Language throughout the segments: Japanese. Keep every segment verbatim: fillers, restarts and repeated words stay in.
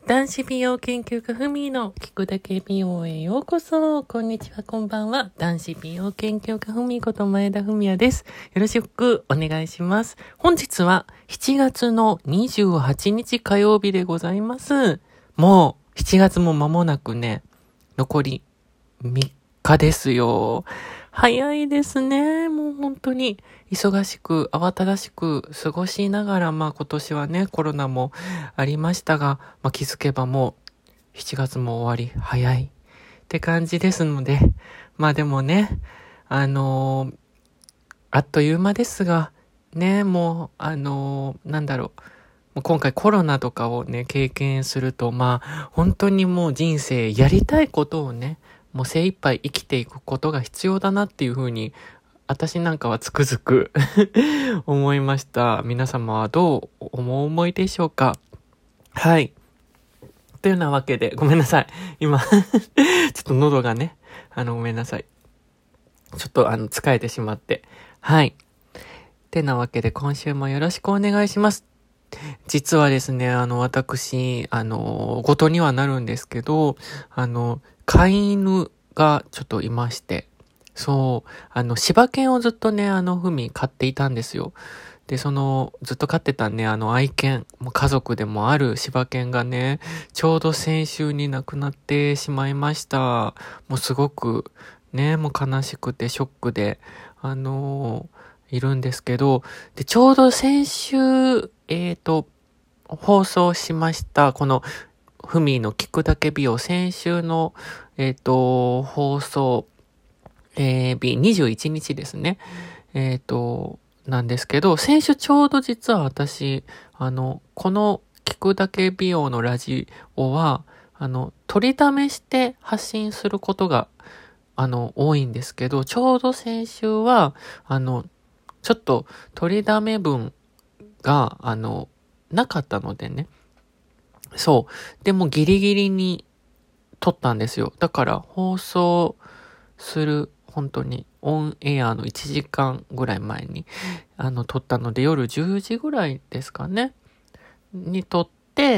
男子美容研究家ふみの聞くだけ美容へようこそ。こんにちは、こんばんは。男子美容研究家ふみこと前田ふみやです。よろしくお願いします。本日はしちがつのにじゅうはちにち火曜日でございます。もうしちがつも間もなくね、残りみっかですよ。早いですね。もう本当に忙しく慌ただしく過ごしながら、まあ今年はね、コロナもありましたが、まあ気づけばもうしちがつも終わり、早いって感じですので、まあでもね、あのー、あっという間ですが、ね、もう、あのー、なんだろう。今回コロナとかをね、経験すると、まあ、本当にもう人生やりたいことをね、もう精一杯生きていくことが必要だなっていうふうに、私なんかはつくづく思いました。皆様はどうお思いでしょうか？はい。というようなわけで、ごめんなさい。今、ちょっと喉がね、あの、ごめんなさい。ちょっとあの、疲れてしまって。はい。てなわけで、今週もよろしくお願いします。実はですね、あの、私、あの、ごとにはなるんですけど、あの、飼い犬がちょっといまして、そう、あの、柴犬をずっとね、あの、ふみ飼っていたんですよ。で、その、ずっと飼ってたね、あの、愛犬、もう家族でもある柴犬がね、ちょうど先週に亡くなってしまいました。もうすごく、ね、もう悲しくてショックで、あのーいるんですけど、で、ちょうど先週、えっと、放送しました、この、ふみの聞くだけ美容、先週の、えっと、放送、えー、日、にじゅういちにちですね。えっと、なんですけど、先週ちょうど実は私、あの、この聞くだけ美容のラジオは、あの、取りためして発信することが、あの、多いんですけど、ちょうど先週は、あの、ちょっと取りだめ分が、あの、なかったのでね。そう。でもギリギリに撮ったんですよ。だから放送する、本当にオンエアのいちじかんぐらい前に、あの、撮ったので夜じゅうじぐらいですかね。に撮って、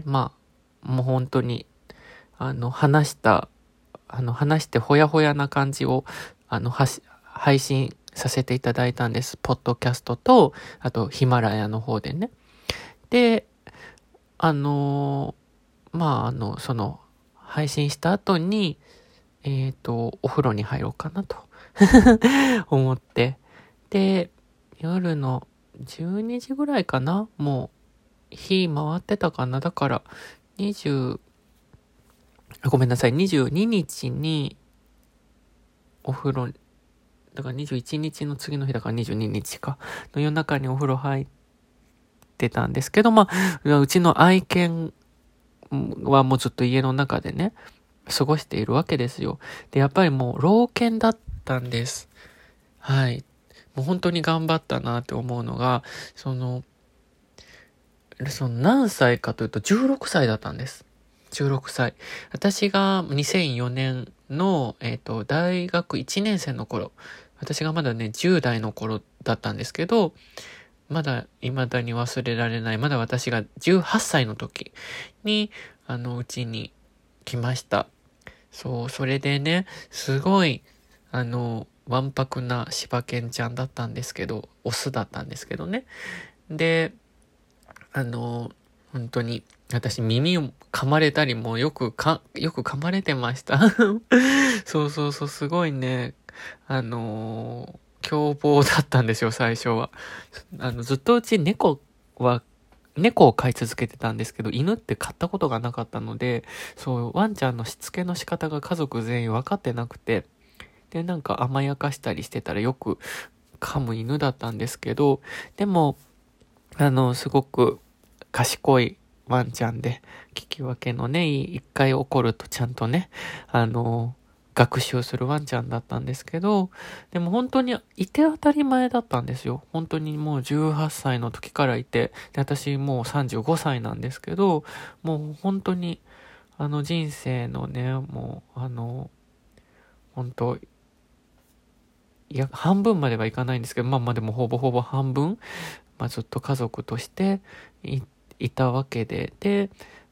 まあ、もう本当に、あの、話した、あの、話してほやほやな感じを、あの、はし、配信させていただいたんです。ポッドキャストと、あとヒマラヤの方でね。で、あのー、まあ、あの、その、配信した後に、えっと、お風呂に入ろうかなと思って。で、夜のじゅうにじぐらいかな？もう、日回ってたかな？だから、にじゅう、ごめんなさい、にじゅうににちに、お風呂、だからにじゅういちにちの次の日だからにじゅうににちか、の夜中にお風呂入ってたんですけど、まあ、うちの愛犬はもうずっと家の中でね、過ごしているわけですよ。で、やっぱりもう老犬だったんです。はい。もう本当に頑張ったなって思うのが、その、その何歳かというとじゅうろくさいだったんです。じゅうろくさい。私がにせんよねんの、えっと、大学いちねん生の頃、私がまだね、じゅう代の頃だったんですけど、まだ未だに忘れられない、まだ私がじゅうはっさいの時に、あの、うちに来ました。そう、それでね、すごい、あの、わんぱくな柴犬ちゃんだったんですけど、オスだったんですけどね。で、あの、本当に、私耳を噛まれたりもよくか、よく噛まれてました。そうそうそう、すごいね、あの凶暴だったんですよ、最初は。あの、ずっとうち猫は、猫を飼い続けてたんですけど、犬って飼ったことがなかったので、そう、ワンちゃんのしつけの仕方が家族全員分かってなくて、で、なんか甘やかしたりしてたらよく噛む犬だったんですけど、でも、あの、すごく賢いワンちゃんで、聞き分けのね、一回怒るとちゃんとね、あの、学習するワンちゃんだったんですけど、でも本当にいて当たり前だったんですよ。本当にもうじゅうはっさいの時からいて、で私もうさんじゅうごさいなんですけど、もう本当に、あの人生のね、もう、あの、本当、いや、半分まではいかないんですけど、まあまあでもほぼほぼ半分、まあずっと家族としてい、いたわけで、で、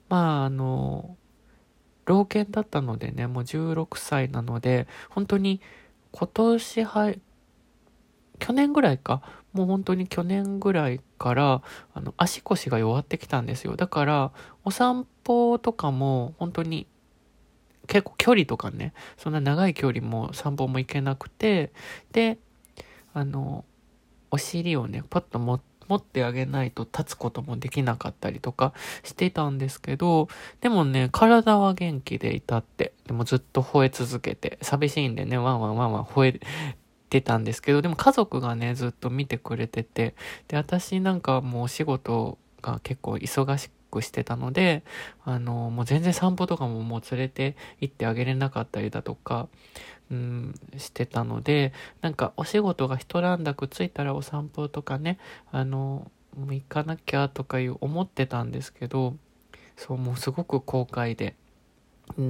まああの老犬だったのでね、もうじゅうろくさいなので、本当に今年は去年ぐらいか、もう本当に去年ぐらいからあの足腰が弱ってきたんですよ。だからお散歩とかも本当に結構距離とかね、そんな長い距離も散歩も行けなくて、であのお尻をねパッと持持ってあげないと立つこともできなかったりとかしてたんですけど、でもね体は元気でいたって、でもずっと吠え続けて、寂しいんでねワンワンワンワン吠えてたんですけど、でも家族がねずっと見てくれてて、で私なんかもうお仕事が結構忙しくしてたので、あのもう全然散歩とかももう連れて行ってあげれなかったりだとかうん、してたので、なんかお仕事が一段落ついたらお散歩とかね、あの、もう行かなきゃとかいう思ってたんですけど、そう、もうすごく後悔で、うん、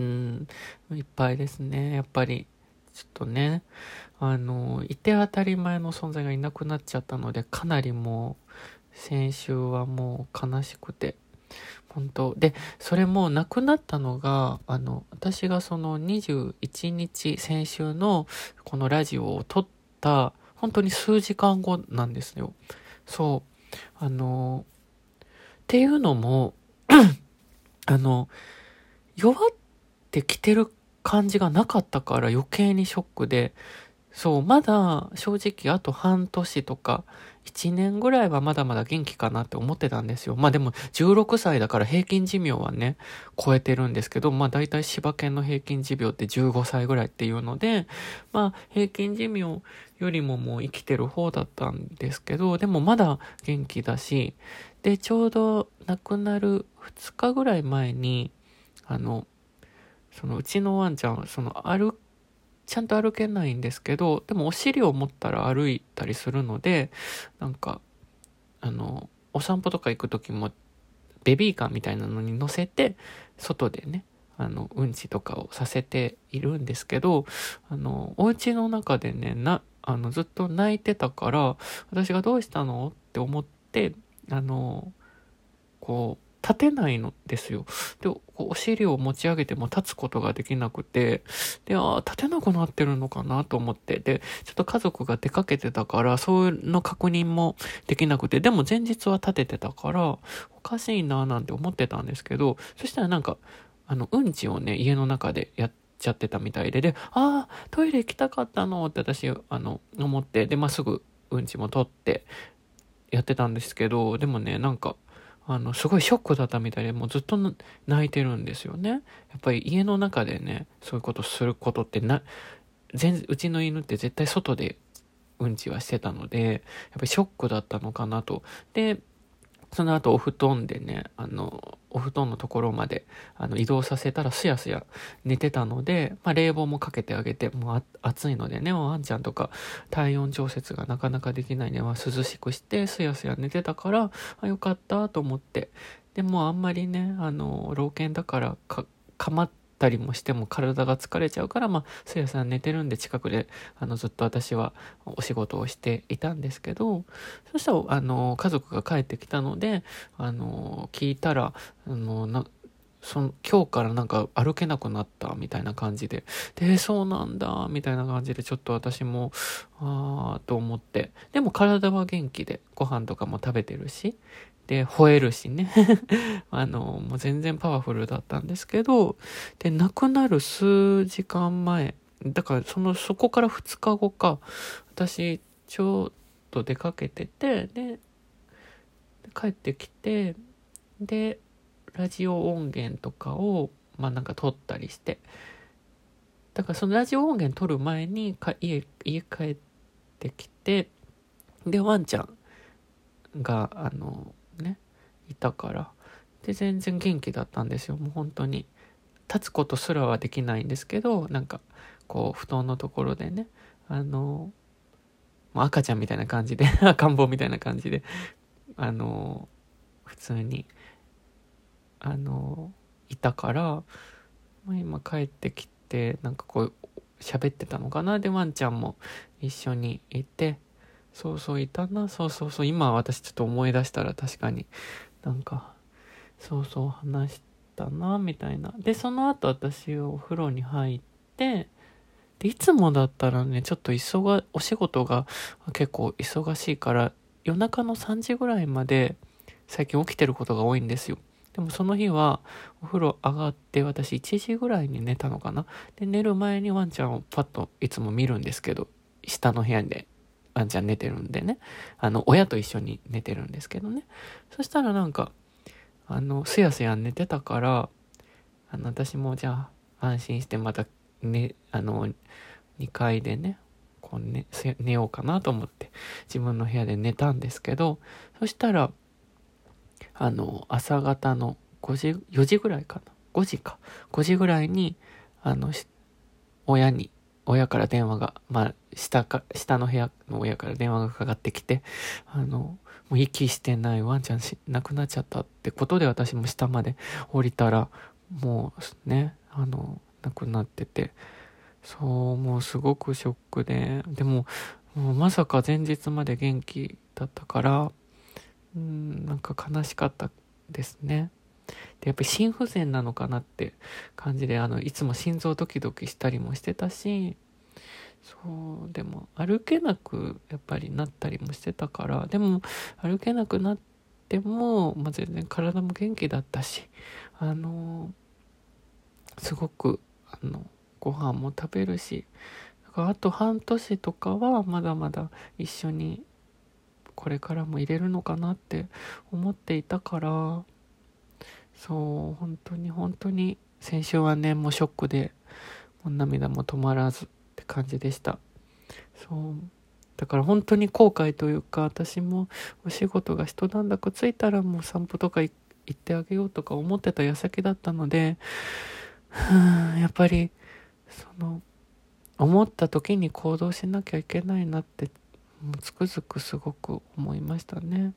いっぱいですね。やっぱり、ちょっとね、あの、いて当たり前の存在がいなくなっちゃったので、かなりもう、先週はもう悲しくて、本当で、それもなくなったのが、あの、私がそのにじゅういちにち、先週のこのラジオを撮った、本当に数時間後なんですよ。そう。あの、っていうのも、あの、弱ってきてる感じがなかったから余計にショックで、そう、まだ正直あと半年とかいちねんぐらいはまだまだ元気かなって思ってたんですよ。まあでもじゅうろくさいだから平均寿命はね、超えてるんですけど、まあ大体柴犬の平均寿命ってじゅうごさいぐらいっていうので、まあ平均寿命よりももう生きてる方だったんですけど、でもまだ元気だし、で、ちょうど亡くなるふつかぐらい前に、あの、そのうちのワンちゃん、その歩ちゃんと歩けないんですけど、でもお尻を持ったら歩いたりするので、なんか、あの、お散歩とか行くときも、ベビーカーみたいなのに乗せて、外でね、あの、うんちとかをさせているんですけど、あの、お家の中でね、な、あの、ずっと泣いてたから、私がどうしたのって思って、あの、こう、立てないのですよ。で、お尻を持ち上げても立つことができなくて、で、ああ、立てなくなってるのかなと思って、で、ちょっと家族が出かけてたから、そういうの確認もできなくて、でも前日は立ててたから、おかしいななんて思ってたんですけど、そしたらなんか、あの、うんちをね、家の中でやっちゃってたみたいで、で、ああ、トイレ行きたかったのって私、あの、思って、で、まあ、すぐうんちも取ってやってたんですけど、でもね、なんか、あの、すごいショックだったみたいで、もうずっと泣いてるんですよね。やっぱり家の中でね、そういうことすることってな、全、うちの犬って絶対外でうんちはしてたので、やっぱりショックだったのかなと。で、その後お布団でね、あの、お布団のところまであの移動させたらすやすや寝てたので、まあ冷房もかけてあげて、もう暑いのでね、ワンちゃんとか体温調節がなかなかできないね、まあ、涼しくしてすやすや寝てたから、あ、よかったと思って。でもあんまりね、あの、老犬だからか、かまったりもしても体が疲れちゃうから、まあ、すやすや寝てるんで近くで、あの、ずっと私はお仕事をしていたんですけど、そしたら、あの、家族が帰ってきたので、あの、聞いたら、あの、な、その、今日からなんか歩けなくなったみたいな感じで、で、そうなんだ、みたいな感じで、ちょっと私も、あーと思って、でも体は元気で、ご飯とかも食べてるし、で、吠えるしね。あの、もう全然パワフルだったんですけど、で、亡くなる数時間前、だからその、そこからふつかごか、私、ちょっと出かけてて、で、帰ってきて、で、ラジオ音源とかを、まあなんか撮ったりして、だからそのラジオ音源撮る前にか家、家帰ってきて、で、ワンちゃんが、あの、ね、いたから、で、全然元気だったんですよ。もう本当に。立つことすらはできないんですけど、なんか、こう、布団のところでね、あの、もう赤ちゃんみたいな感じで、赤ん坊みたいな感じで、あの、普通に、あの、いたから、まあ、今帰ってきて、なんかこう、喋ってたのかな。で、ワンちゃんも一緒にいて、そうそういたな、そうそうそう、今私ちょっと思い出したら確かになんか、そうそう話しったなみたいな。でその後私お風呂に入って、でいつもだったらねちょっと忙お仕事が結構忙しいから夜中のさんじぐらいまで最近起きてることが多いんですよ。でもその日はお風呂上がって私いちじぐらいに寝たのかな。で寝る前にワンちゃんをパッといつも見るんですけど、下の部屋でワンちゃん寝てるんでね、あの親と一緒に寝てるんですけどね。そしたらなんかあのすやすや寝てたから、あの私もじゃあ安心してまたね、あのにかいでねこう寝、寝ようかなと思って自分の部屋で寝たんですけど、そしたらあの朝方のごじよじぐらいかなごじかごじぐらいにあの親に親から電話が、まあ下か下の部屋の親から電話がかかってきて、あのもう息してないワンちゃんし亡くなっちゃったってことで、私も下まで降りたらもうねあの亡くなってて、そうもうすごくショックで、でも、もうまさか前日まで元気だったからうーんなんか悲しかったですね。でやっぱり心不全なのかなって感じで、あのいつも心臓ドキドキしたりもしてたし、そうでも歩けなくやっぱりなったりもしてたから、でも歩けなくなっても、まあ、全然体も元気だったし、あのすごくあのご飯も食べるし、だからあと半年とかはまだまだ一緒にこれからも入れるのかなって思っていたから、そう本当に本当に先週はねもうショックでもう涙も止まらずって感じでした。そうだから本当に後悔というか、私もお仕事が一段落ついたらもう散歩とか行ってあげようとか思ってた矢先だったので、やっぱりその思った時に行動しなきゃいけないなってもうつくづくすごく思いましたね。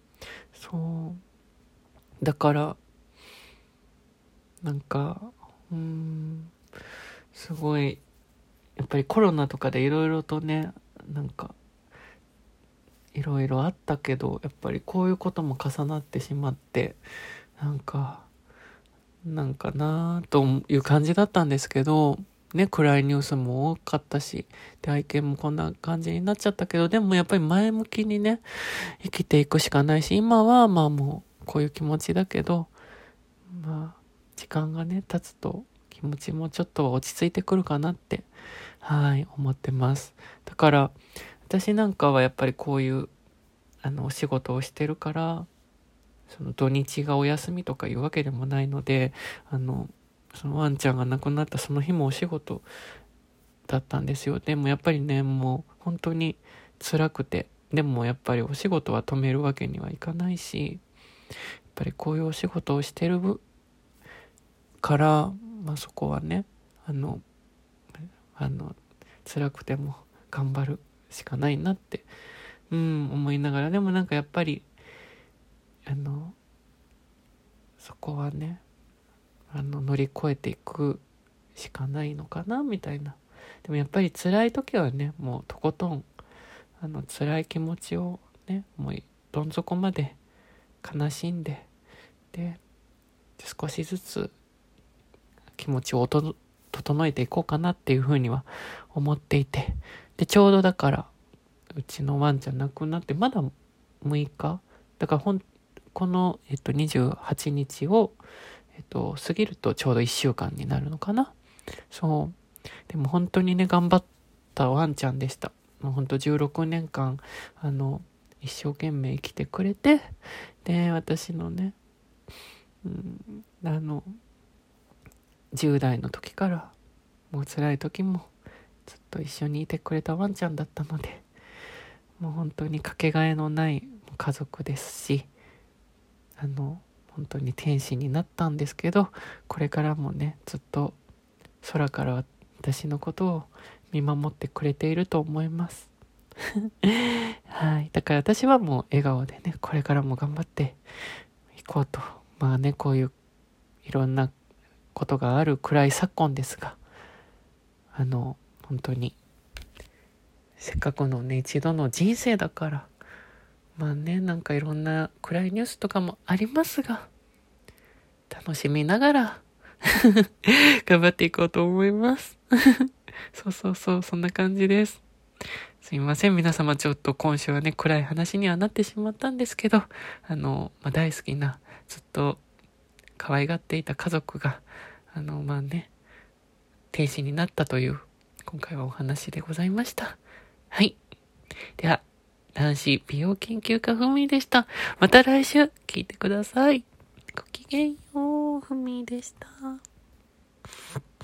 そうだからなんかうーんすごいやっぱりコロナとかでいろいろとねなんかいろいろあったけど、やっぱりこういうことも重なってしまって、なんかなんかなという感じだったんですけどね、暗いニュースも多かったし、で愛犬もこんな感じになっちゃったけど、でもやっぱり前向きにね生きていくしかないし、今はまあもうこういう気持ちだけど、まあ時間がね経つと気持ちもちょっと落ち着いてくるかなってはい思ってます。だから私なんかはやっぱりこういうあのお仕事をしてるから、その土日がお休みとかいうわけでもないので、あのそのワンちゃんが亡くなったその日もお仕事だったんですよ。でもやっぱりねもう本当に辛くて、でもやっぱりお仕事は止めるわけにはいかないし、やっぱりこういうお仕事をしてるから、まあ、そこはねあのあの辛くても頑張るしかないなってうん思いながら、でもなんかやっぱりあのそこはねあの乗り越えていくしかないのかなみたいな。でもやっぱり辛い時はねもうとことんあの辛い気持ちをねもうどん底まで悲しんで、で少しずつ気持ちを整えていこうかなっていうふうには思っていて、でちょうどだからうちのワンちゃん亡くなってまだむいかだからほんこの、えっと、にじゅうはちにちを、えっと、過ぎるとちょうどいっしゅうかんになるのかな。そうでも本当にね頑張ったワンちゃんでした。もう本当じゅうろくねんかんあの一生懸命生きてくれて、で私のね、うん、あのじゅう代の時からもう辛い時もずっと一緒にいてくれたワンちゃんだったので、もう本当にかけがえのない家族ですし、あの本当に天使になったんですけど、これからもねずっと空から私のことを見守ってくれていると思いますはい、だから私はもう笑顔でねこれからも頑張っていこうと、まあねこういういろんなことがある暗い昨今ですが、あの本当にせっかくのね一度の人生だから、まあねなんかいろんな暗いニュースとかもありますが、 楽しみながら頑張っていこうと思います。そうそうそう、そんな感じです。すいません、皆様ちょっと今週はね、暗い話にはなってしまったんですけど、あの、まあ、大好きな、ずっと可愛がっていた家族が、あの、まあね、停止になったという、今回はお話でございました。はい。では、男子美容研究家ふみでした。また来週聞いてください。ごきげんよう、ふみでした。